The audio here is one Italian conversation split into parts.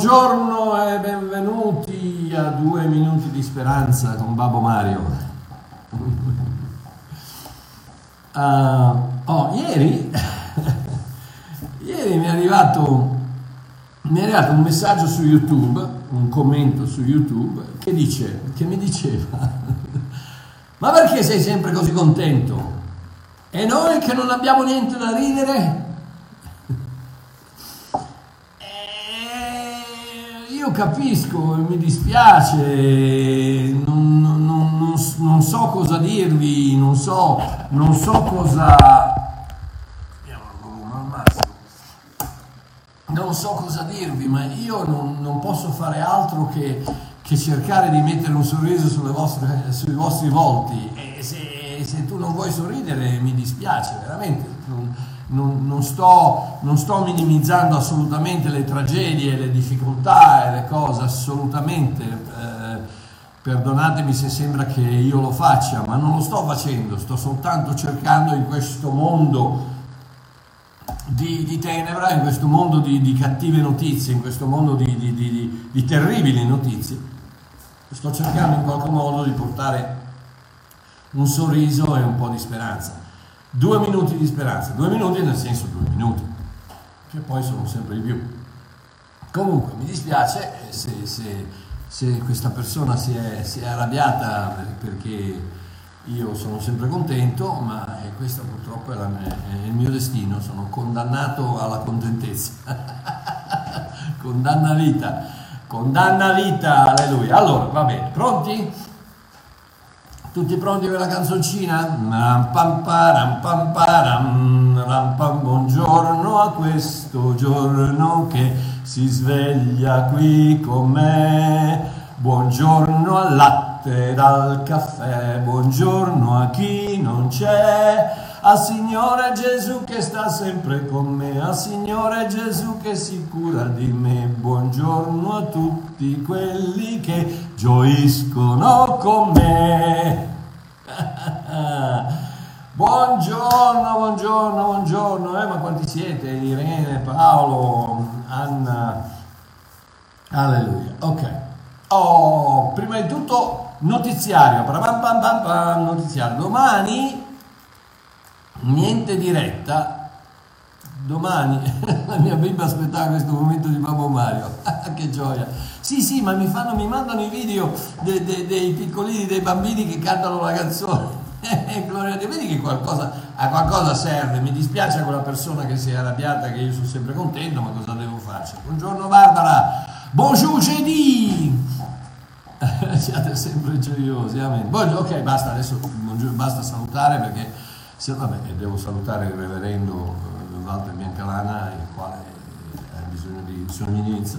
Buongiorno e benvenuti a 2 minuti di speranza con Babbo Mario. Ieri mi è arrivato un messaggio su YouTube, un commento su YouTube che mi diceva: ma perché sei sempre così contento? E noi che non abbiamo niente da ridere? Io capisco, mi dispiace, non so cosa dirvi, non so cosa... Non so cosa dirvi, ma io non posso fare altro che cercare di mettere un sorriso sui vostri volti. E se tu non vuoi sorridere, mi dispiace, veramente. Non sto minimizzando assolutamente le tragedie, le difficoltà e le cose, assolutamente. Perdonatemi se sembra che io lo faccia, ma non lo sto facendo, sto soltanto cercando in questo mondo di tenebra, in questo mondo di cattive notizie, in questo mondo di terribili notizie, sto cercando in qualche modo di portare un sorriso e un po' di speranza. 2 minuti di speranza, 2 minuti nel senso 2 minuti, che poi sono sempre di più. Comunque mi dispiace se questa persona si è arrabbiata perché io sono sempre contento, ma questo purtroppo è il mio destino, sono condannato alla contentezza. Condanna vita, alleluia. Allora, va bene, pronti? Tutti pronti per la canzoncina? Buongiorno a questo giorno che si sveglia qui con me. Buongiorno al latte, al caffè, buongiorno a chi non c'è. Al Signore Gesù che sta sempre con me, al Signore Gesù che si cura di me. Buongiorno a tutti quelli che gioiscono con me. Buongiorno, ma quanti siete? Irene, Paolo, Anna, alleluia. Ok. Prima di tutto notiziario, notiziario. Domani niente diretta. Domani la mia bimba aspettava questo momento di Babbo Mario. Che gioia. Sì, ma mi mandano i video dei piccolini, dei bambini che cantano la canzone. Gloria a Dio, vedi che a qualcosa serve. Mi dispiace a quella persona che si è arrabbiata, che io sono sempre contento, ma cosa devo farci? Buongiorno Barbara, bonjour jeudi. Siate sempre gioiosi, amen. Ok, basta, adesso basta salutare, perché devo salutare il reverendo Walter Biancalana, il quale ha bisogno di somministro.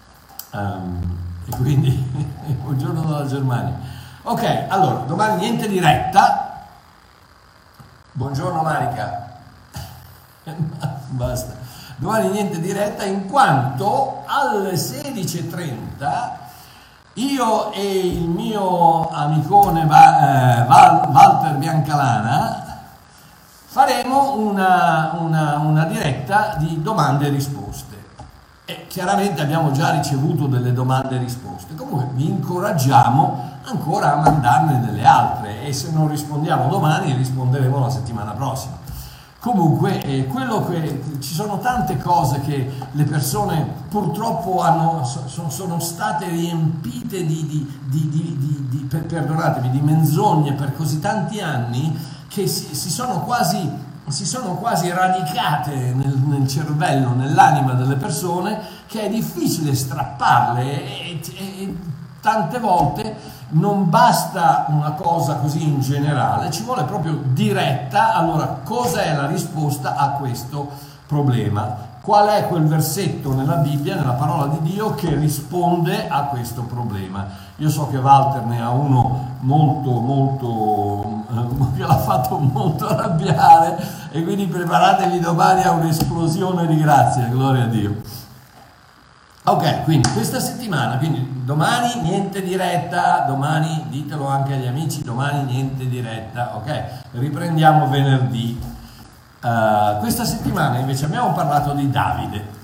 E quindi buongiorno dalla Germania. Ok, allora, domani niente diretta. Buongiorno Marica. Basta. Domani niente diretta, in quanto alle 16:30 io e il mio amicone Walter Biancalana faremo una diretta di domande e risposte. E chiaramente abbiamo già ricevuto delle domande e risposte. Comunque vi incoraggiamo ancora a mandarne delle altre, e se non rispondiamo domani risponderemo la settimana prossima. Comunque ci sono tante cose che le persone purtroppo sono state riempite perdonatemi, di menzogne per così tanti anni, che si sono quasi radicate nel cervello, nell'anima delle persone, che è difficile strapparle, e tante volte non basta una cosa così in generale, ci vuole proprio diretta. Allora, cosa è la risposta a questo problema? Qual è quel versetto nella Bibbia, nella parola di Dio, che risponde a questo problema? Io so che Walter ne ha uno molto che l'ha fatto molto arrabbiare, e quindi preparatevi domani a un'esplosione di grazia, gloria a Dio. Ok, quindi questa settimana, quindi domani niente diretta, domani ditelo anche agli amici, domani niente diretta, ok? Riprendiamo venerdì. Questa settimana invece abbiamo parlato di Davide.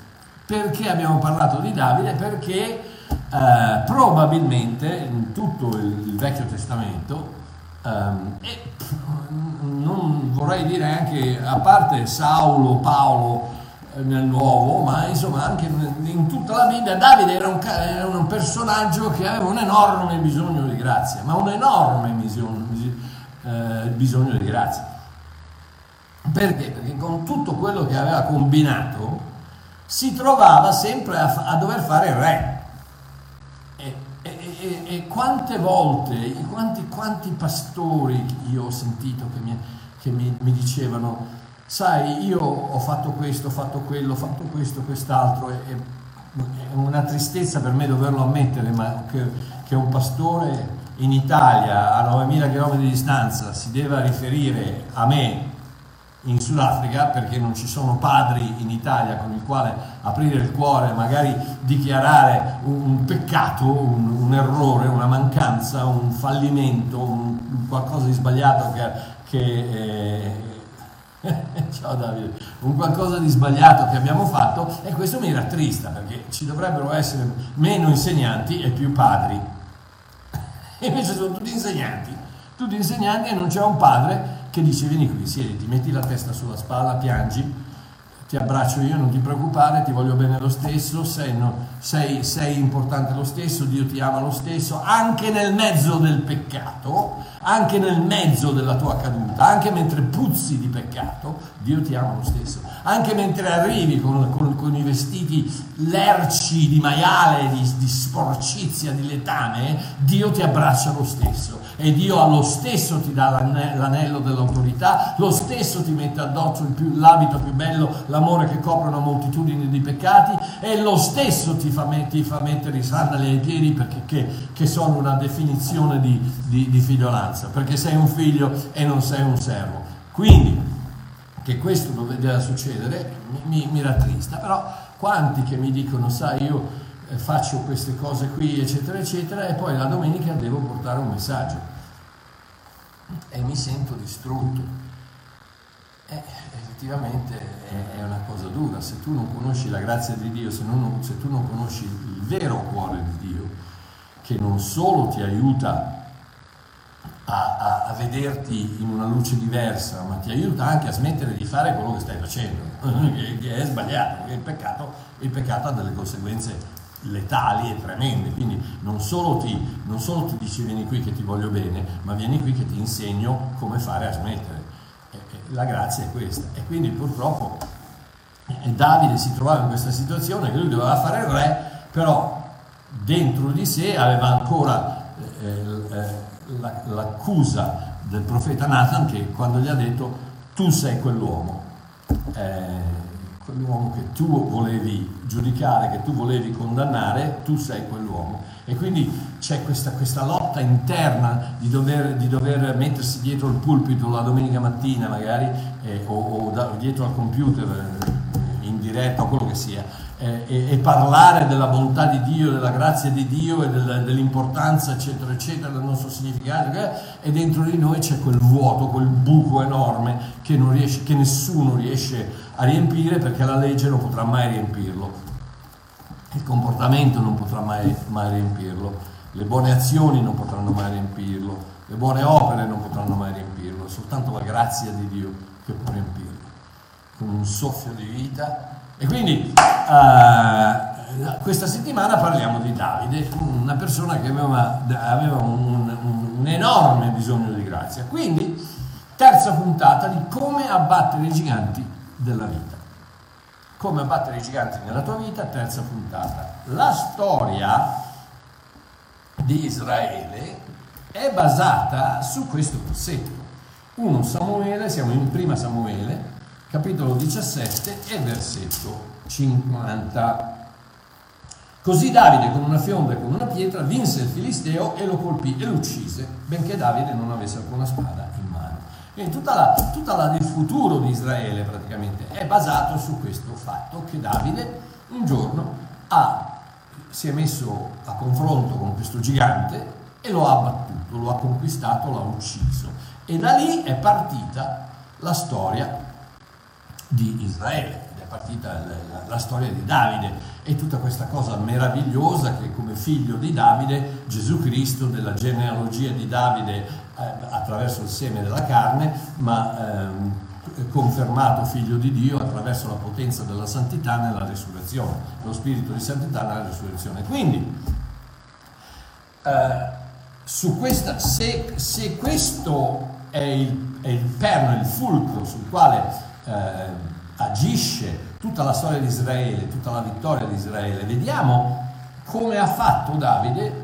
Perché abbiamo parlato di Davide? Perché probabilmente in tutto il Vecchio Testamento, e non vorrei dire anche a parte Saulo, Paolo nel Nuovo, ma insomma anche in tutta la Bibbia, Davide era un personaggio che aveva un enorme bisogno di grazia, ma un enorme bisogno di grazia. Perché? Perché con tutto quello che aveva combinato si trovava sempre a dover fare il re. E quante volte, quanti pastori io ho sentito che mi dicevano: sai, io ho fatto questo, ho fatto quello, ho fatto questo, quest'altro, è una tristezza per me doverlo ammettere, ma che un pastore in Italia a 9.000 km di distanza si deve riferire a me in Sudafrica, perché non ci sono padri in Italia con il quale aprire il cuore, magari dichiarare un peccato, un errore, una mancanza, un fallimento, un qualcosa di sbagliato ciao Davide, un qualcosa di sbagliato che abbiamo fatto, e questo mi rattrista, perché ci dovrebbero essere meno insegnanti e più padri. E invece sono tutti insegnanti e non c'è un padre che dice: vieni qui, siediti, metti la testa sulla spalla, piangi, ti abbraccio io, non ti preoccupare, ti voglio bene lo stesso, sei importante lo stesso, Dio ti ama lo stesso, anche nel mezzo del peccato, anche nel mezzo della tua caduta, anche mentre puzzi di peccato, Dio ti ama lo stesso, anche mentre arrivi con i vestiti lerci di maiale, di sporcizia, di letame, Dio ti abbraccia lo stesso, e Dio allo stesso ti dà l'anello dell'autorità, lo stesso ti mette addosso l'abito più bello, l'amore che copre una moltitudine di peccati, e lo stesso ti fa mettere i sandali ai piedi, perché che sono una definizione di figliolanza, perché sei un figlio e non sei un servo. Quindi che questo doveva succedere mi rattrista, però quanti che mi dicono: sai, io faccio queste cose qui, eccetera eccetera, e poi la domenica devo portare un messaggio e mi sento distrutto. Effettivamente è una cosa dura. Se tu non conosci la grazia di Dio, se tu non conosci il vero cuore di Dio, che non solo ti aiuta a vederti in una luce diversa, ma ti aiuta anche a smettere di fare quello che stai facendo, che è sbagliato, perché il peccato ha delle conseguenze letali e tremende. Quindi non solo ti dici: vieni qui che ti voglio bene, ma vieni qui che ti insegno come fare a smettere. La grazia è questa. E quindi purtroppo Davide si trovava in questa situazione, che lui doveva fare il re, però dentro di sé aveva ancora l'accusa del profeta Nathan, che quando gli ha detto: tu sei quell'uomo che tu volevi giudicare, che tu volevi condannare, tu sei quell'uomo. E quindi c'è questa lotta interna di dover mettersi dietro il pulpito la domenica mattina magari, o dietro al computer in diretta o quello che sia, e parlare della bontà di Dio, della grazia di Dio e dell'importanza eccetera eccetera, del nostro significato, e dentro di noi c'è quel vuoto, quel buco enorme che nessuno riesce a riempire, perché la legge non potrà mai riempirlo, il comportamento non potrà mai riempirlo, le buone azioni non potranno mai riempirlo, le buone opere non potranno mai riempirlo, è soltanto la grazia di Dio che può riempirlo con un soffio di vita. E quindi questa settimana parliamo di Davide, una persona che aveva un enorme bisogno di grazia. Quindi terza puntata di come abbattere i giganti della vita. Come abbattere i giganti nella tua vita, terza puntata. La storia di Israele è basata su questo versetto. 1 Samuele, siamo in prima Samuele, capitolo 17 e versetto 50. Così Davide con una fionda e con una pietra vinse il Filisteo e lo colpì e lo uccise, benché Davide non avesse alcuna spada in mano. Quindi tutta il futuro di Israele praticamente è basato su questo fatto, che Davide un giorno si è messo a confronto con questo gigante e lo ha abbattuto, lo ha conquistato, l'ha ucciso. E da lì è partita la storia di Israele. partita la storia di Davide e tutta questa cosa meravigliosa che come figlio di Davide, Gesù Cristo, della genealogia di Davide attraverso il seme della carne, ma confermato figlio di Dio attraverso la potenza della santità nella risurrezione, lo spirito di santità nella risurrezione. Quindi su questa, se questo è il perno, il fulcro sul quale agisce tutta la storia di Israele, tutta la vittoria di Israele, vediamo come ha fatto Davide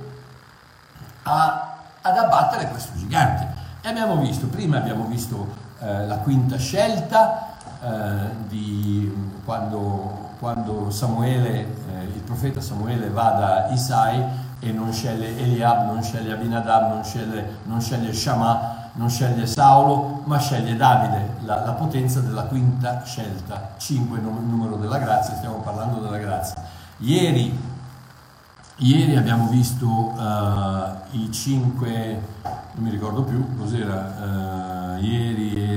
ad abbattere questo gigante. E prima abbiamo visto la quinta scelta di quando Samuele, il profeta Samuele va da Isai e non sceglie Eliab, non sceglie Abinadab, non sceglie Shammah, non sceglie Saulo, ma sceglie Davide, la potenza della quinta scelta, 5 numero della grazia, stiamo parlando della grazia. Ieri abbiamo visto i 5, non mi ricordo più cos'era, ieri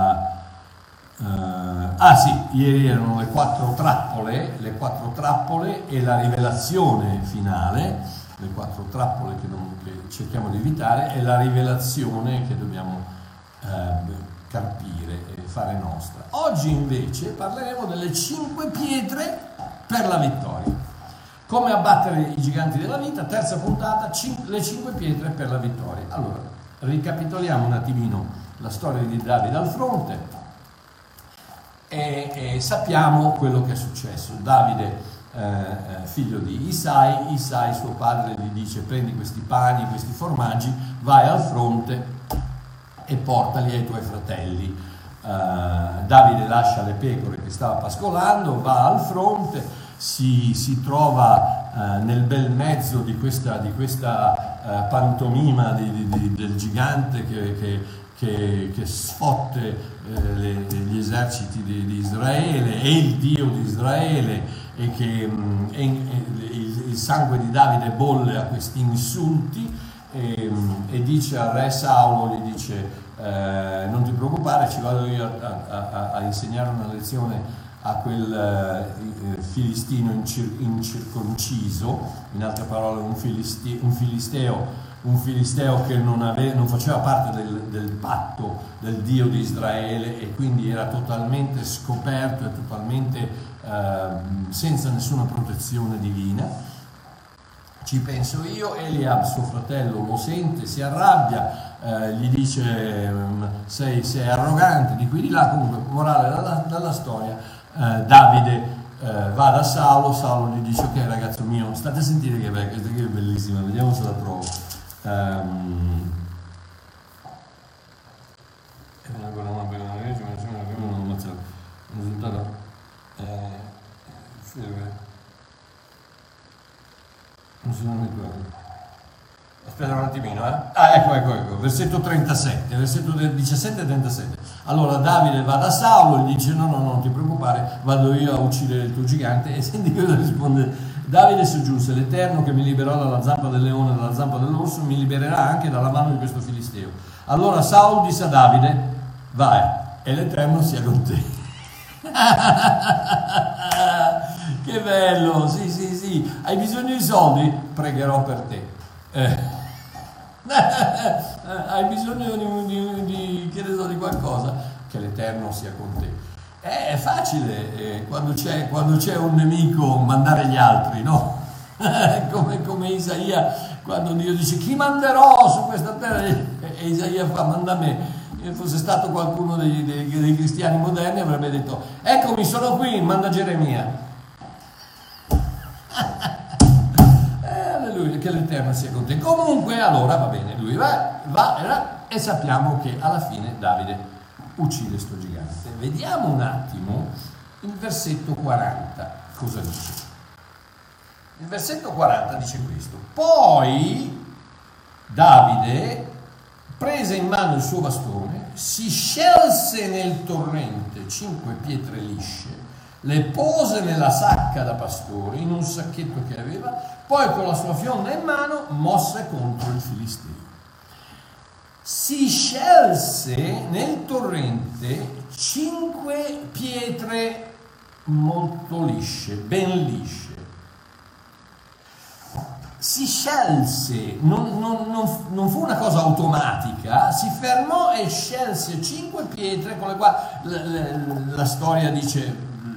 erano le 4 trappole e la rivelazione finale. Le 4 trappole che cerchiamo di evitare e la rivelazione che dobbiamo carpire e fare nostra. Oggi invece parleremo delle 5 pietre per la vittoria. Come abbattere i giganti della vita, terza puntata, le 5 pietre per la vittoria. Allora, ricapitoliamo un attimino la storia di Davide al fronte e sappiamo quello che è successo. Davide figlio di Isai, suo padre, gli dice: prendi questi pani, questi formaggi, vai al fronte e portali ai tuoi fratelli. Davide lascia le pecore che stava pascolando, va al fronte, si trova nel bel mezzo di questa pantomima del gigante che sfotte gli eserciti di Israele e il Dio di Israele, e che il sangue di Davide bolle a questi insulti e dice al re Saulo, gli dice non ti preoccupare, ci vado io a insegnare una lezione a quel filistino incirconciso, in altre parole un filisteo che non faceva parte del patto del Dio di Israele e quindi era totalmente scoperto e totalmente senza nessuna protezione divina. Ci penso io. Eliab, suo fratello, lo sente, si arrabbia, gli dice sei arrogante, di qui di là. Comunque, morale dalla storia, Davide va da Saulo gli dice: ok ragazzo mio, state a sentire che questa qui è bellissima, vediamo se la trovo. Aspetta un attimino, ecco, versetto 37, versetto 17 e 37. Allora Davide va da Saulo e gli dice: no, non ti preoccupare, vado io a uccidere il tuo gigante. E senti cosa risponde Davide: soggiunse l'Eterno che mi liberò dalla zampa del leone e dalla zampa dell'orso, mi libererà anche dalla mano di questo filisteo. Allora Saulo disse a Davide: vai, e l'Eterno sia con te. Che bello, sì, hai bisogno di soldi? Pregherò per te. Hai bisogno di qualcosa? Che l'Eterno sia con te. È facile quando c'è un nemico mandare gli altri, no? come Isaia, quando Dio dice: chi manderò su questa terra? E Isaia fa: manda me. Fosse stato qualcuno dei cristiani moderni avrebbe detto: eccomi, sono qui, manda Geremia. Alleluia, che l'Eterno sia con te. Comunque, allora va bene, lui va e sappiamo che alla fine Davide uccide sto gigante. Vediamo un attimo il versetto 40 cosa dice. Il versetto 40 dice questo: poi Davide prese in mano il suo bastone, si scelse nel torrente 5 pietre lisce, le pose nella sacca da pastore, in un sacchetto che aveva, poi con la sua fionda in mano mosse contro il filisteo. Si scelse nel torrente 5 pietre molto lisce, ben lisce. Si scelse, non fu una cosa automatica, si fermò e scelse 5 pietre con le quali la storia dice,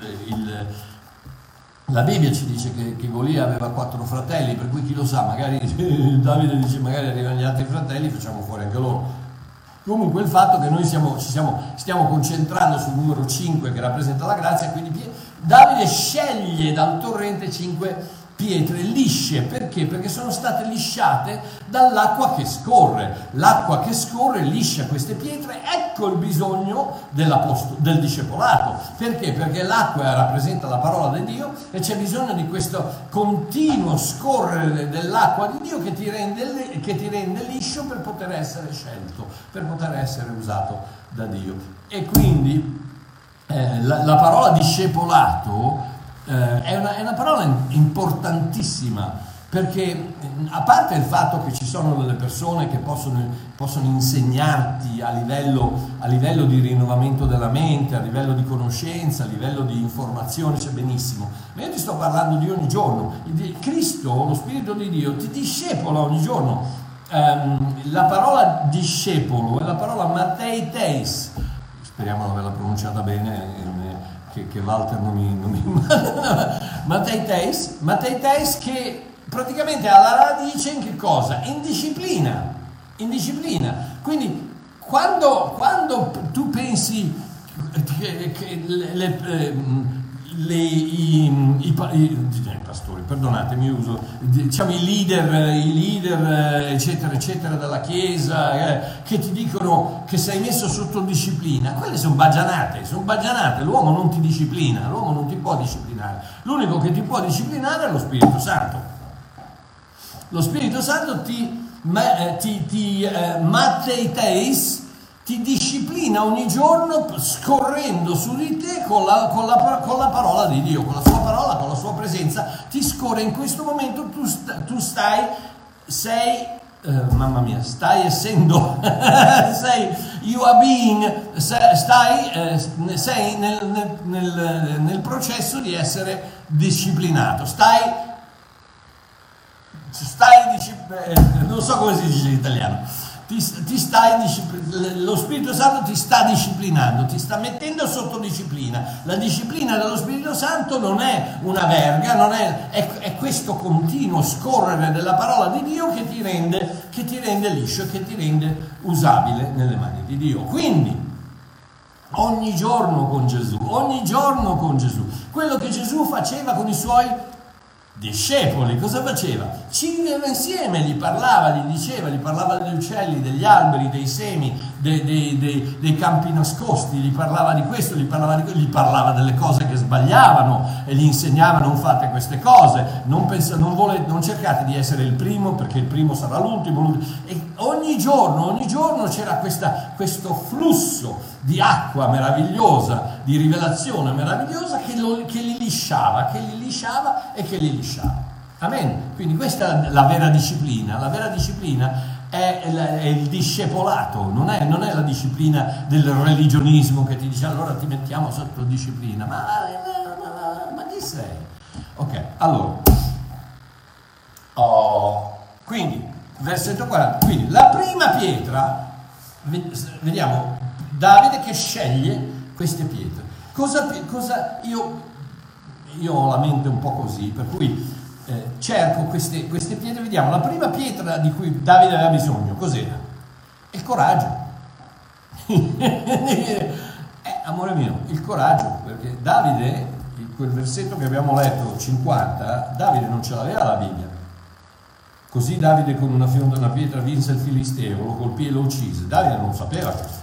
la Bibbia ci dice che Golia aveva 4 fratelli, per cui chi lo sa, magari Davide dice magari arrivano gli altri fratelli, facciamo fuori anche loro. Comunque il fatto che noi stiamo concentrando sul numero 5 che rappresenta la grazia, quindi Davide sceglie dal torrente 5 pietre lisce. Perché? Perché sono state lisciate dall'acqua che scorre. L'acqua che scorre liscia queste pietre. Ecco il bisogno del discepolato. Perché? Perché l'acqua rappresenta la parola di Dio e c'è bisogno di questo continuo scorrere dell'acqua di Dio che ti rende liscio per poter essere scelto, per poter essere usato da Dio. E quindi la parola discepolato è una parola importantissima, perché a parte il fatto che ci sono delle persone che possono insegnarti a livello di rinnovamento della mente, a livello di conoscenza, a livello di informazione, c'è benissimo, ma io ti sto parlando di ogni giorno. Cristo, lo Spirito di Dio, ti discepola ogni giorno. La parola discepolo è la parola mateiteis, speriamo di averla pronunciata bene, che Walter non mi mateiteis, che praticamente ha la radice in che cosa? In disciplina. Quindi quando tu pensi che i pastori, perdonatemi, uso, diciamo i leader eccetera eccetera della chiesa, che ti dicono che sei messo sotto disciplina, quelle sono baggianate. L'uomo non ti disciplina, l'uomo non ti può disciplinare, l'unico che ti può disciplinare è lo Spirito Santo. Lo Spirito Santo ti mateiteis, ti disciplina ogni giorno scorrendo su di te con la parola di Dio, con la sua parola, con la sua presenza, ti scorre in questo momento, tu stai processo di essere disciplinato, non so come si dice in italiano. Lo Spirito Santo ti sta disciplinando, ti sta mettendo sotto disciplina. La disciplina dello Spirito Santo non è una verga, è questo continuo scorrere della parola di Dio che ti rende liscio e che ti rende usabile nelle mani di Dio. Quindi ogni giorno con Gesù, quello che Gesù faceva con i suoi discepoli, cosa faceva? Ci viveva insieme, gli parlava degli uccelli, degli alberi, dei semi, dei campi nascosti, gli parlava di questo, gli parlava delle cose che sbagliavano e gli insegnava: non fate queste cose, non cercate di essere il primo, perché il primo sarà l'ultimo. E ogni giorno c'era questo flusso di acqua meravigliosa, di rivelazione meravigliosa che li lisciava e che li lisciava. Amen. Quindi questa è la vera disciplina. La vera disciplina è il discepolato, non è la disciplina del religionismo che ti dice allora ti mettiamo sotto disciplina. Ma chi sei? Ok, allora. Quindi, versetto 40. Quindi, la prima pietra, vediamo, Davide che sceglie queste pietre. Io ho la mente un po' così, per cui cerco queste pietre. Vediamo, la prima pietra di cui Davide aveva bisogno, cos'era? Il coraggio. Amore mio, il coraggio, perché Davide, quel versetto che abbiamo letto, 50, Davide non ce l'aveva la Bibbia. Così Davide con una pietra vinse il Filisteo, lo colpì e lo uccise. Davide non sapeva questo.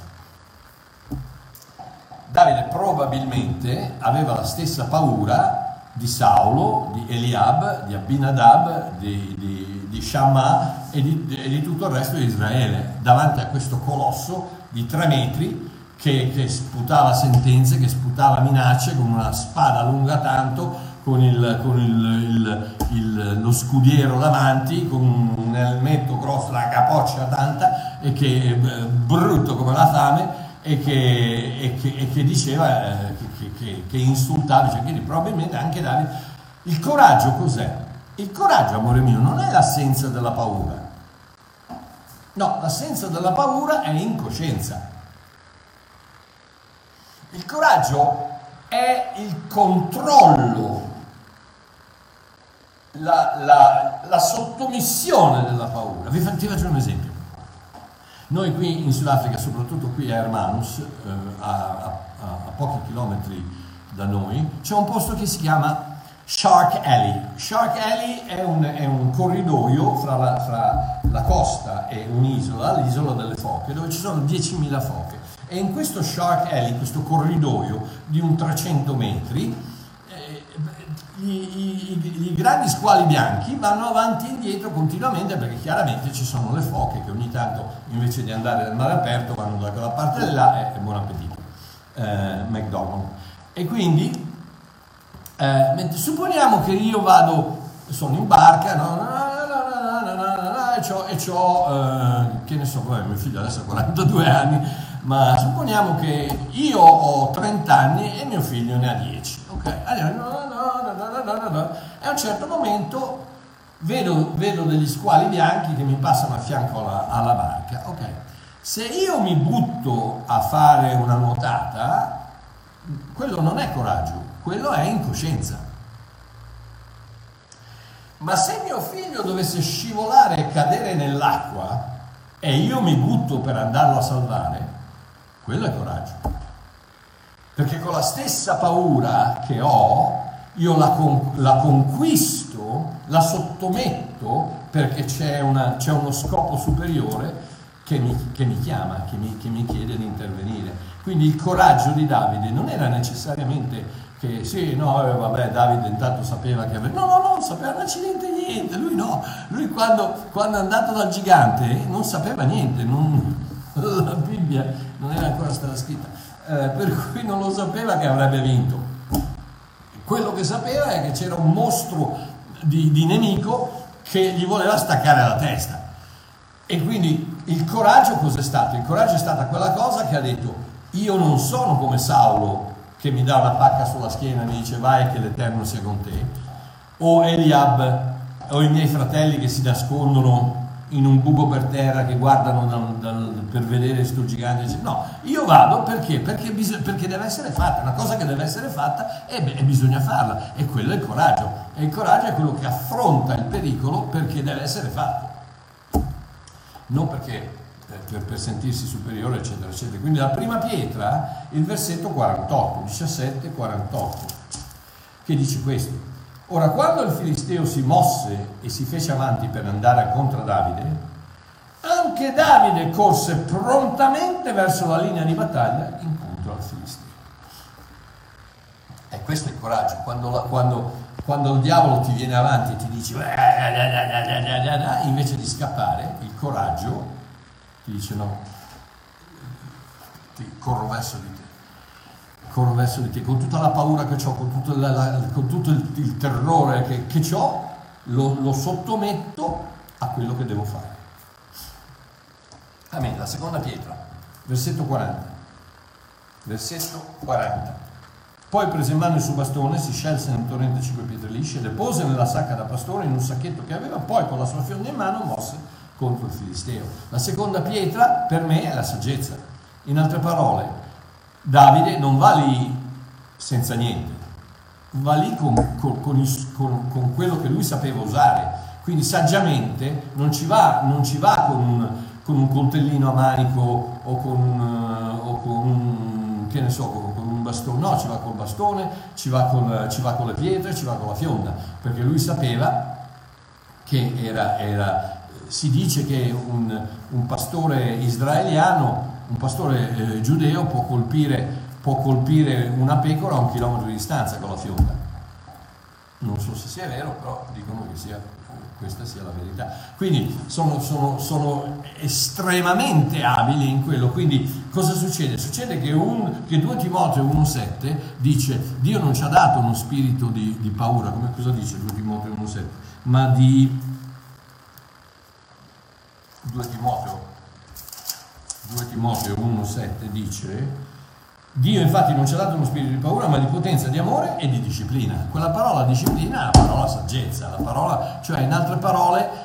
Davide probabilmente aveva la stessa paura di Saulo, di Eliab, di Abinadab, di Shamma e di tutto il resto di Israele, davanti a questo colosso di 3 metri che sputava sentenze, che sputava minacce con una spada lunga tanto, con lo scudiero davanti, con un elmetto grosso, la capoccia tanta, e che brutto come la fame. che diceva, che insultava, cioè, quindi probabilmente anche Davide. Il coraggio cos'è? Il coraggio, amore mio, non è l'assenza della paura. No, l'assenza della paura è incoscienza. Il coraggio è il controllo, la sottomissione della paura. Ti faccio un esempio. Noi qui in Sudafrica, soprattutto qui a Hermanus, a pochi chilometri da noi, c'è un posto che si chiama Shark Alley. Shark Alley è un corridoio fra la costa e un'isola, l'isola delle foche, dove ci sono 10.000 foche. E in questo Shark Alley, questo corridoio di un 300 metri, i grandi squali bianchi vanno avanti e indietro continuamente, perché chiaramente ci sono le foche che ogni tanto, invece di andare nel mare aperto, vanno da quella parte di là, e buon appetito, McDonald's. E quindi supponiamo che io sono in barca, e c'ho che ne so, mio figlio adesso ha 42 anni, ma supponiamo che io ho 30 anni e mio figlio ne ha 10, ok? Allora, e a un certo momento vedo degli squali bianchi che mi passano a fianco alla barca, ok? Se io mi butto a fare una nuotata, quello non è coraggio, quello è incoscienza. Ma se mio figlio dovesse scivolare e cadere nell'acqua e io mi butto per andarlo a salvare, quello è coraggio. Perché con la stessa paura che ho, io la conquisto, la sottometto, perché c'è uno scopo superiore che mi chiama, che mi chiede di intervenire. Quindi il coraggio di Davide non era necessariamente che sì, no, vabbè, Davide intanto sapeva che aveva... No, non sapeva niente, lui no. Lui quando è andato dal gigante non sapeva niente, la Bibbia non era ancora stata scritta, per cui non lo sapeva che avrebbe vinto. Quello che sapeva è che c'era un mostro di nemico che gli voleva staccare la testa. E quindi il coraggio cos'è stato? Il coraggio è stata quella cosa che ha detto: io non sono come Saulo che mi dà una pacca sulla schiena e mi dice vai che l'Eterno sia con te, o Eliab o i miei fratelli che si nascondono in un buco per terra, che guardano per vedere sto gigante. No, io vado perché deve essere fatta, una cosa che deve essere fatta e bisogna farla, e quello è il coraggio. E il coraggio è quello che affronta il pericolo perché deve essere fatto, non perché per sentirsi superiore, eccetera eccetera. Quindi la prima pietra, il versetto 48, 17-48, che dice questo: ora quando il Filisteo si mosse e si fece avanti per andare contro Davide, anche Davide corse prontamente verso la linea di battaglia incontro al Filisteo. E questo è il coraggio. Quando il diavolo ti viene avanti e ti dice invece di scappare, il coraggio ti dice no, corro verso di te, con tutta la paura che ho, con tutto il terrore che ho, lo sottometto a quello che devo fare. Amen. La seconda pietra, versetto 40. Poi prese in mano il suo bastone, si scelse nel torrente 5 pietre lisce, le pose nella sacca da pastore in un sacchetto che aveva, poi con la sua fionda in mano mosse contro il Filisteo. La seconda pietra per me è la saggezza. In altre parole, Davide non va lì senza niente, va lì con quello che lui sapeva usare. Quindi saggiamente non ci va con un coltellino a manico o con un, che ne so, con un bastone. No, ci va col bastone, ci va con le pietre, ci va con la fionda, perché lui sapeva che si dice che un pastore israeliano, un pastore giudeo può colpire una pecora a 1 chilometro di distanza con la fionda. Non so se sia vero, però dicono che questa sia la verità. Quindi sono estremamente abili in quello. Quindi cosa succede? Succede che 2 Timoteo 1,7 dice: Dio non ci ha dato uno spirito di paura. Cosa dice 2 Timoteo 1,7? Ma di 2 Timoteo 2 Timoteo 1,7 dice: Dio infatti non ci ha dato uno spirito di paura, ma di potenza, di amore e di disciplina. Quella parola disciplina è la parola saggezza, la parola, cioè in altre parole,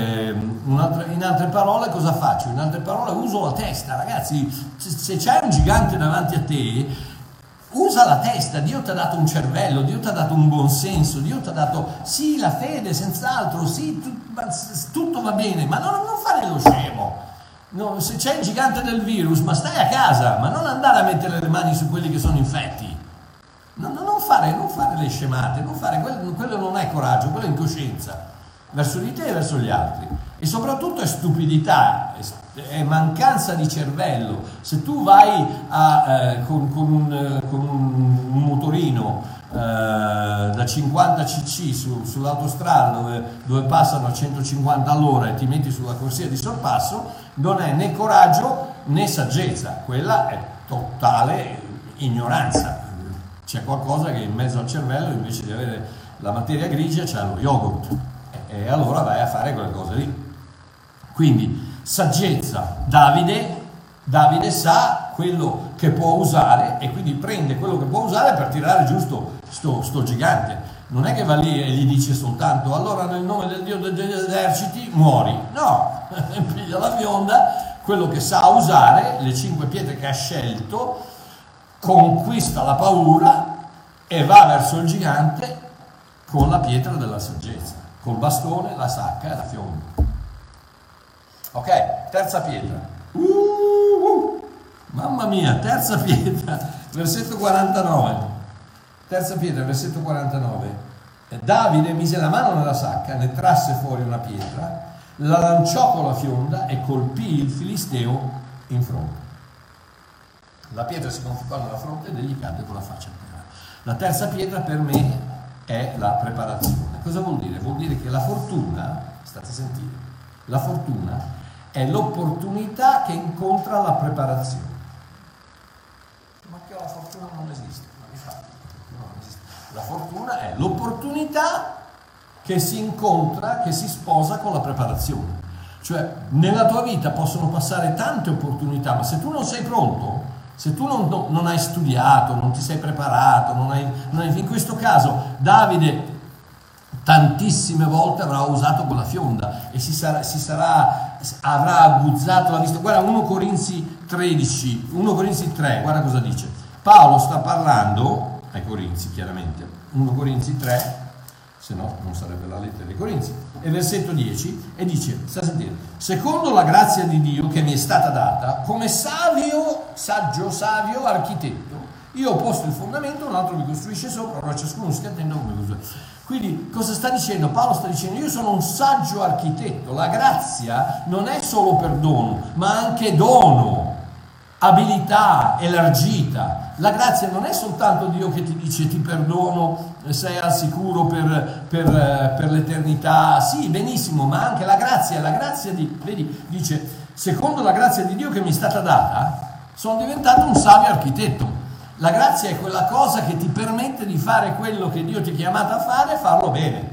cosa faccio? In altre parole uso la testa, ragazzi. Se c'è un gigante davanti a te, usa la testa. Dio ti ha dato un cervello, Dio ti ha dato un buon senso, Dio ti ha dato, sì, la fede, senz'altro, sì, tutto va bene, ma non fare lo scemo. No, se c'è il gigante del virus, ma stai a casa, ma non andare a mettere le mani su quelli che sono infetti. Non fare le scemate, quello non è coraggio, quello è incoscienza verso di te e verso gli altri. E soprattutto è stupidità, è mancanza di cervello. Se tu vai con un motorino da 50 cc sull'autostrada dove passano a 150 all'ora e ti metti sulla corsia di sorpasso, non è né coraggio né saggezza, quella è totale ignoranza. C'è qualcosa che in mezzo al cervello, invece di avere la materia grigia, c'è lo yogurt, e allora vai a fare quelle cose lì. Quindi saggezza. Davide sa quello che può usare e quindi prende quello che può usare per tirare giusto sto gigante. Non è che va lì e gli dice soltanto: allora nel nome del Dio degli eserciti muori. No, piglia la fionda, quello che sa usare, le 5 pietre che ha scelto, conquista la paura e va verso il gigante con la pietra della saggezza, col bastone, la sacca e la fionda. Ok, terza pietra. Mamma mia, terza pietra, versetto 49. Terza pietra, versetto 49. Davide mise la mano nella sacca, ne trasse fuori una pietra, la lanciò con la fionda e colpì il filisteo in fronte. La pietra si conficcò nella fronte ed egli cadde con la faccia a terra. La terza pietra per me è la preparazione. Cosa vuol dire? Vuol dire che la fortuna, state a sentire, la fortuna è l'opportunità che incontra la preparazione. Ma che la fortuna non esiste, ma infatti non esiste. La fortuna è l'opportunità che si incontra, che si sposa con la preparazione. Cioè, nella tua vita possono passare tante opportunità, ma se tu non sei pronto, se tu non hai studiato, non ti sei preparato, in questo caso Davide tantissime volte avrà usato quella fionda e avrà aguzzato la vista. Guarda 1 Corinzi 3, guarda cosa dice. Paolo sta parlando ai Corinzi, chiaramente, 1 Corinzi 3, se no non sarebbe la lettera dei Corinzi, e versetto 10, e dice, sta a sentire: secondo la grazia di Dio che mi è stata data, come saggio architetto, io ho posto il fondamento, un altro vi costruisce sopra, ora ciascuno stia attento come costruisce. Quindi cosa sta dicendo? Paolo sta dicendo: io sono un saggio architetto. La grazia non è solo perdono, ma anche dono, abilità elargita. La grazia non è soltanto Dio che ti dice ti perdono, sei al sicuro per l'eternità. Sì, benissimo, ma anche la grazia vedi, dice: secondo la grazia di Dio che mi è stata data, sono diventato un savio architetto. La grazia è quella cosa che ti permette di fare quello che Dio ti ha chiamato a fare e farlo bene.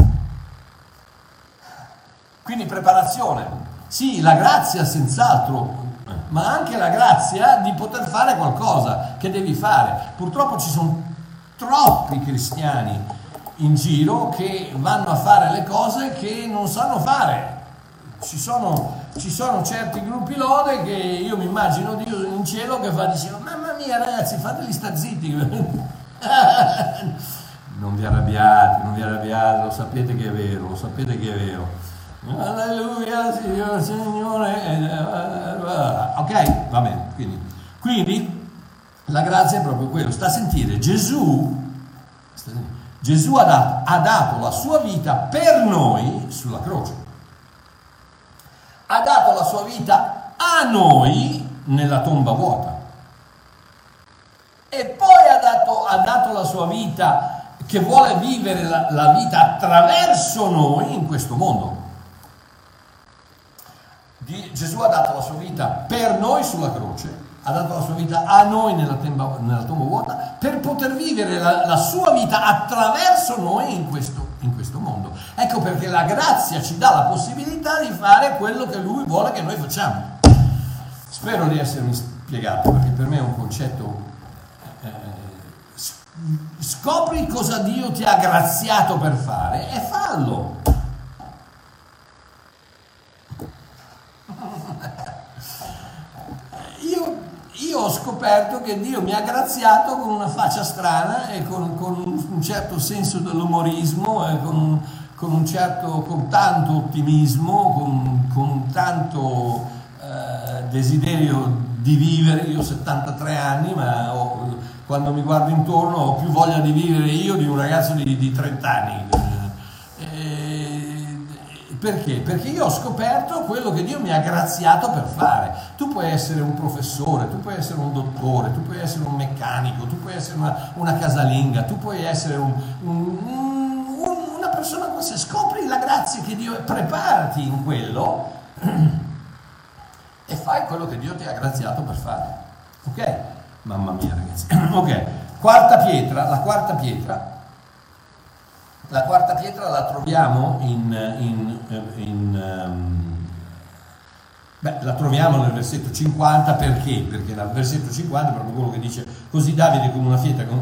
Quindi preparazione. Sì, la grazia senz'altro, ma anche la grazia di poter fare qualcosa che devi fare. Purtroppo ci sono troppi cristiani in giro che vanno a fare le cose che non sanno fare. Ci sono certi gruppi lode che io mi immagino Dio in cielo che fa, dice: mamma mia ragazzi, fateli sta zitti. Non vi arrabbiate, lo sapete che è vero, alleluia, Signore. Ok, va bene. Quindi la grazia è proprio quello. Sta a sentire, Gesù ha dato la sua vita per noi sulla croce. Ha dato la sua vita a noi nella tomba vuota. E poi ha dato la sua vita, che vuole vivere la vita attraverso noi in questo mondo. Gesù ha dato la sua vita per noi sulla croce, ha dato la sua vita a noi nella tomba vuota, per poter vivere la sua vita attraverso noi in questo mondo. Ecco perché la grazia ci dà la possibilità di fare quello che Lui vuole che noi facciamo. Spero di essermi spiegato, perché per me è un concetto. Scopri cosa Dio ti ha graziato per fare e fallo. Io ho scoperto che Dio mi ha graziato con una faccia strana e con un certo senso dell'umorismo e con tanto ottimismo, con tanto desiderio di vivere. Io ho 73 anni, ma quando mi guardo intorno ho più voglia di vivere io di un ragazzo di 30 anni. Perché? Perché io ho scoperto quello che Dio mi ha graziato per fare. Tu puoi essere un professore, tu puoi essere un dottore, tu puoi essere un meccanico, tu puoi essere una casalinga, tu puoi essere una persona qualsiasi. Scopri la grazia che Dio, preparati in quello e fai quello che Dio ti ha graziato per fare. Ok? Mamma mia, ragazzi. Ok, quarta pietra, la quarta pietra la troviamo la troviamo nel versetto 50. Perché? Perché nel versetto 50 è proprio quello che dice: così Davide con una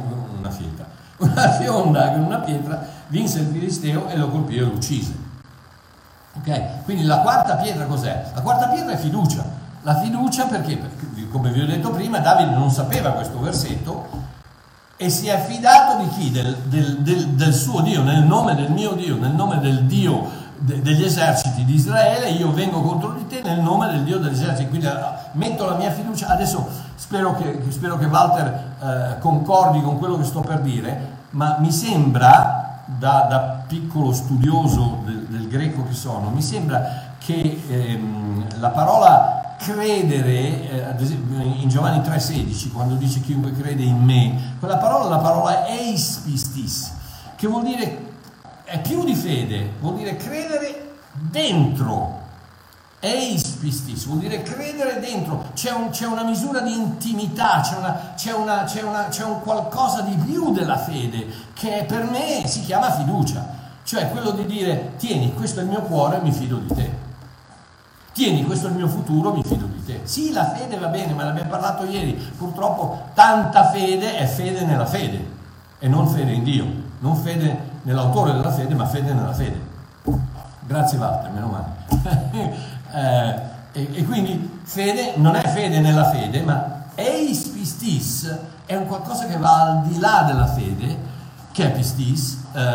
fionda con una pietra vinse il filisteo e lo colpì e lo uccise. Ok? Quindi la quarta pietra cos'è? La quarta pietra è fiducia. La fiducia perché, come vi ho detto prima, Davide non sapeva questo versetto e si è affidato di chi? Del suo Dio, nel nome del mio Dio, nel nome del Dio degli eserciti di Israele. Io vengo contro di te nel nome del Dio degli eserciti. Quindi metto la mia fiducia. Adesso spero che Walter concordi con quello che sto per dire, ma mi sembra, da piccolo studioso del greco che sono, mi sembra che la parola credere, ad esempio in Giovanni 3,16, quando dice chiunque crede in me, quella parola, la parola eis pistis, che vuol dire, è più di fede, vuol dire credere dentro. Eis pistis vuol dire credere dentro. C'è una misura di intimità, c'è un qualcosa di più della fede, che per me si chiama fiducia, cioè quello di dire: tieni, questo è il mio cuore, mi fido di te. Tieni, questo è il mio futuro, mi fido di te. Sì, la fede va bene, ma ne abbiamo parlato ieri. Purtroppo tanta fede è fede nella fede e non fede in Dio, non fede nell'autore della fede, ma fede nella fede. Grazie Walter, meno male. E quindi fede non è fede nella fede, ma eis pistis è un qualcosa che va al di là della fede, che è pistis,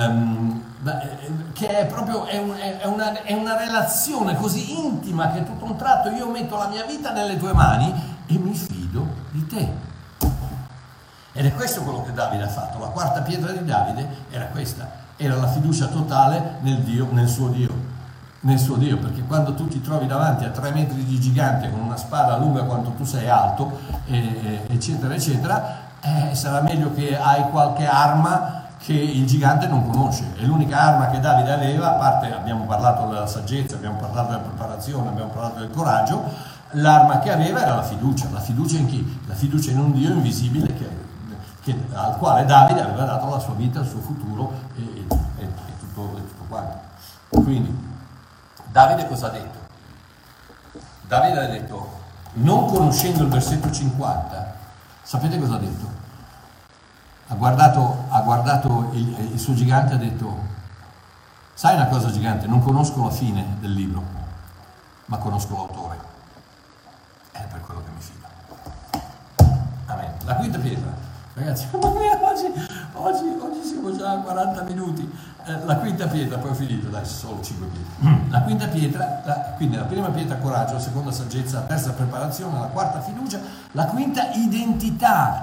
che è proprio è una relazione così intima che tutto un tratto io metto la mia vita nelle tue mani e mi fido di te. Ed è questo quello che Davide ha fatto. La quarta pietra di Davide era questa, era la fiducia totale nel suo Dio, perché quando tu ti trovi davanti a 3 metri di gigante con una spada lunga quanto tu sei alto, eccetera eccetera, sarà meglio che hai qualche arma che il gigante non conosce. E l'unica arma che Davide aveva, a parte, abbiamo parlato della saggezza, abbiamo parlato della preparazione, abbiamo parlato del coraggio, l'arma che aveva era la fiducia. La fiducia in chi? La fiducia in un Dio invisibile al quale Davide aveva dato la sua vita, il suo futuro e tutto quanto. Quindi Davide cosa ha detto? Davide ha detto, non conoscendo il versetto 50, sapete cosa ha detto? Ha guardato il suo gigante e ha detto: sai una cosa, gigante, non conosco la fine del libro, ma conosco l'autore, è per quello che mi fido. Amen. La quinta pietra, ragazzi, oggi siamo già a 40 minuti. La quinta pietra, poi ho finito, dai, solo 5 pietre. La quinta pietra, quindi la prima pietra coraggio, la seconda saggezza, la terza preparazione, la quarta fiducia, la quinta identità,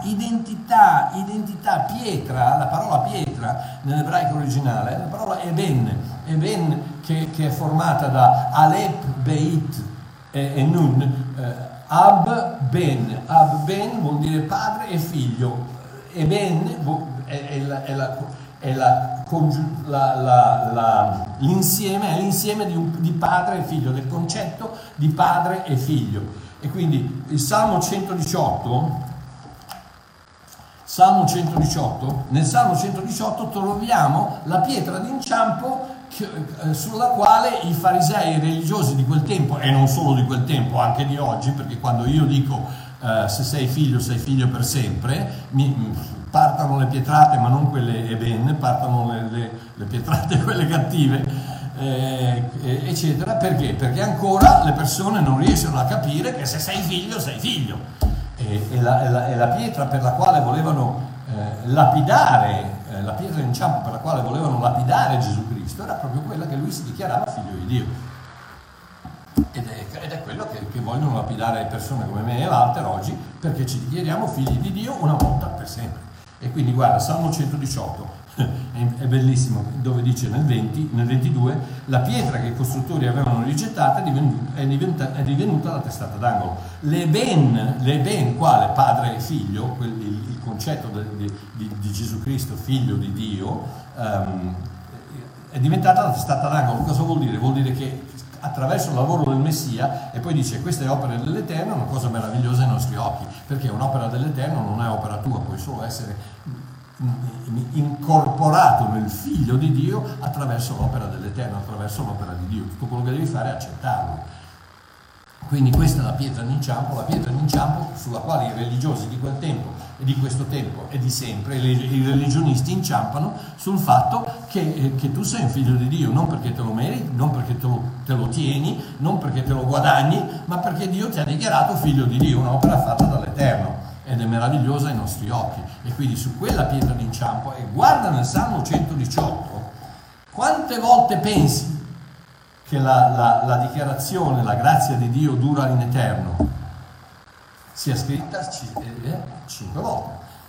pietra, la parola pietra nell'ebraico originale, la parola eben che è formata da Alep, Beit e Nun, Ab Ben vuol dire padre e figlio, Eben è l'insieme di padre e figlio, del concetto di padre e figlio. E quindi il Salmo 118 Salmo 118, nel Salmo 118 troviamo la pietra d'inciampo sulla quale i farisei religiosi di quel tempo, e non solo di quel tempo, anche di oggi, perché quando io dico se sei figlio per sempre, partano le pietrate, ma non quelle ben, partano le pietrate quelle cattive, eccetera. Perché? Perché ancora le persone non riescono a capire che se sei figlio, sei figlio. E la pietra per la quale volevano lapidare, la pietra d'inciampo per la quale volevano lapidare Gesù Cristo era proprio quella che lui si dichiarava figlio di Dio. Ed è quello che vogliono lapidare persone come me e Walter oggi, perché ci dichiariamo figli di Dio una volta per sempre. E quindi guarda, Salmo 118 è bellissimo, dove dice nel 22, la pietra che i costruttori avevano rigettata è divenuta la testata d'angolo. Le ben, quale padre e figlio, il concetto di Gesù Cristo, figlio di Dio, è diventata la testata d'angolo. Cosa vuol dire? Vuol dire che attraverso il lavoro del Messia, e poi dice questa è opera dell'Eterno, è una cosa meravigliosa ai nostri occhi, perché un'opera dell'Eterno non è opera tua, puoi solo essere incorporato nel figlio di Dio attraverso l'opera dell'Eterno, attraverso l'opera di Dio. Tutto quello che devi fare è accettarlo. Quindi questa è la pietra d'inciampo sulla quale i religiosi di quel tempo e di questo tempo e di sempre, i religionisti inciampano sul fatto che tu sei un figlio di Dio, non perché te lo meriti, non perché te lo tieni, non perché te lo guadagni, ma perché Dio ti ha dichiarato figlio di Dio, un'opera fatta dall'Eterno, ed è meravigliosa ai nostri occhi. E quindi su quella pietra d'inciampo, e guarda nel Salmo 118, quante volte pensi che la dichiarazione, la grazia di Dio dura in eterno, sia scritta 5 volte.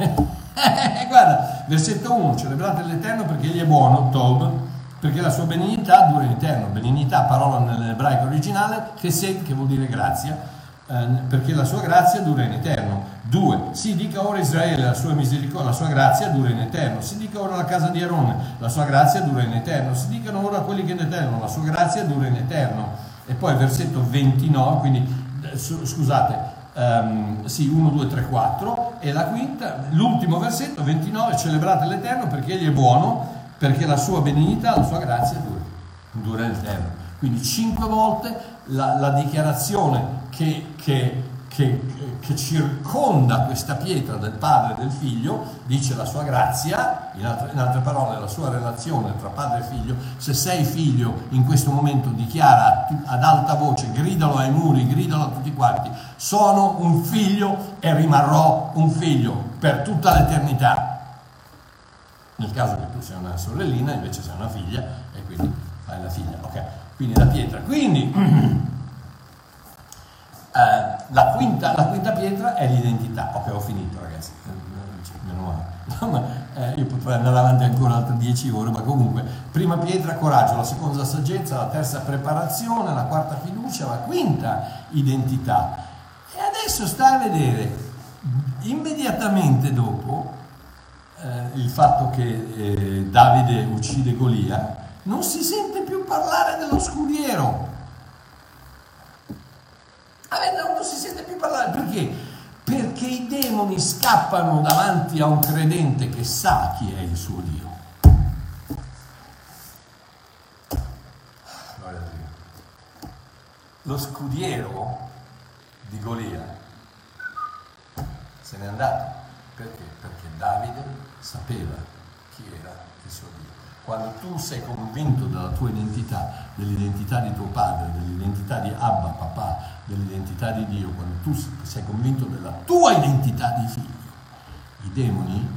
Guarda, versetto 1, celebrate l'Eterno perché Egli è buono, Tov, perché la sua benignità dura in eterno. Benignità, parola nell'ebraico originale, chesed, che vuol dire grazia, perché la sua grazia dura in eterno. 2. Si dica ora Israele, la sua misericordia, la sua grazia dura in eterno. Si dica ora la casa di Aarone, la sua grazia dura in eterno. Si dicano ora quelli che in eterno, la sua grazia dura in eterno. E poi versetto 29, quindi scusate, 1, 2, 3, 4, e la quinta, l'ultimo versetto 29, celebrate l'Eterno perché Egli è buono, perché la sua benignità, la sua grazia dura in eterno. Quindi 5 volte la dichiarazione che circonda questa pietra del padre e del figlio dice la sua grazia, in altre parole la sua relazione tra padre e figlio. Se sei figlio in questo momento dichiara ad alta voce, gridalo ai muri, gridalo a tutti quanti, sono un figlio e rimarrò un figlio per tutta l'eternità. Nel caso che tu sia una sorellina invece sei una figlia e quindi fai la figlia, ok? Quindi la pietra, quindi la quinta pietra è l'identità. Ok, ho finito ragazzi, meno male. Io potrei andare avanti ancora altre 10 ore, ma comunque, prima pietra coraggio, la seconda saggezza, la terza preparazione, la quarta fiducia, la quinta identità. E adesso sta a vedere immediatamente dopo il fatto che Davide uccide Golia, non si sente più parlare dello scudiero. Non si sente più parlare, perché? Perché i demoni scappano davanti a un credente che sa chi è il suo Dio. Gloria a Dio. Lo scudiero di Golia se n'è andato. Perché? Perché Davide sapeva chi era il suo Dio. Quando tu sei convinto della tua identità, dell'identità di tuo padre, dell'identità di Abba, papà, dell'identità di Dio, quando tu sei convinto della tua identità di figlio, i demoni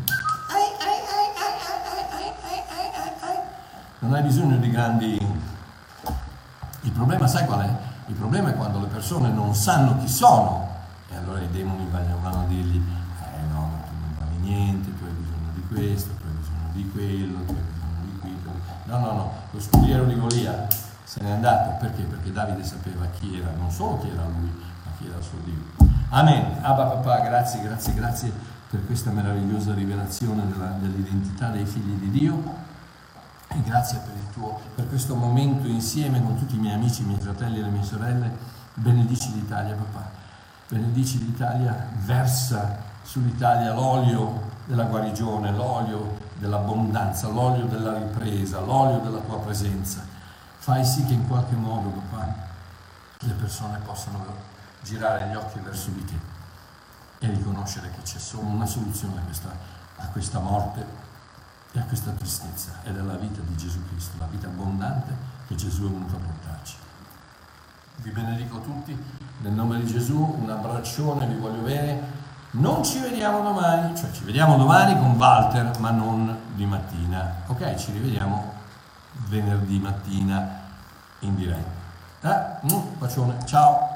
non hai bisogno di grandi... Il problema sai qual è? Il problema è quando le persone non sanno chi sono, e allora i demoni vanno a dirgli no, ma tu non vali niente, tu hai bisogno di questo, tu hai bisogno di quello, tu hai bisogno di quello. No, lo scudiero di Golia se n'è andato. Perché? Perché Davide sapeva chi era, non solo chi era lui, ma chi era il suo Dio. Amen. Abba papà, grazie per questa meravigliosa rivelazione dell'identità dei figli di Dio, e grazie per questo momento insieme con tutti i miei amici, i miei fratelli e le mie sorelle. Benedici l'Italia, papà, benedici l'Italia, versa sull'Italia l'olio della guarigione, l'olio dell'abbondanza, l'olio della ripresa, l'olio della tua presenza. Fai sì che in qualche modo, papà, le persone possano girare gli occhi verso di te e riconoscere che c'è solo una soluzione a questa morte e a questa tristezza, ed è la vita di Gesù Cristo, la vita abbondante che Gesù è venuto a portarci. Vi benedico tutti nel nome di Gesù, un abbraccione, vi voglio bene. Non ci vediamo domani, cioè ci vediamo domani con Walter, ma non di mattina, ok? Ci rivediamo venerdì mattina in diretta. Un bacione, ciao!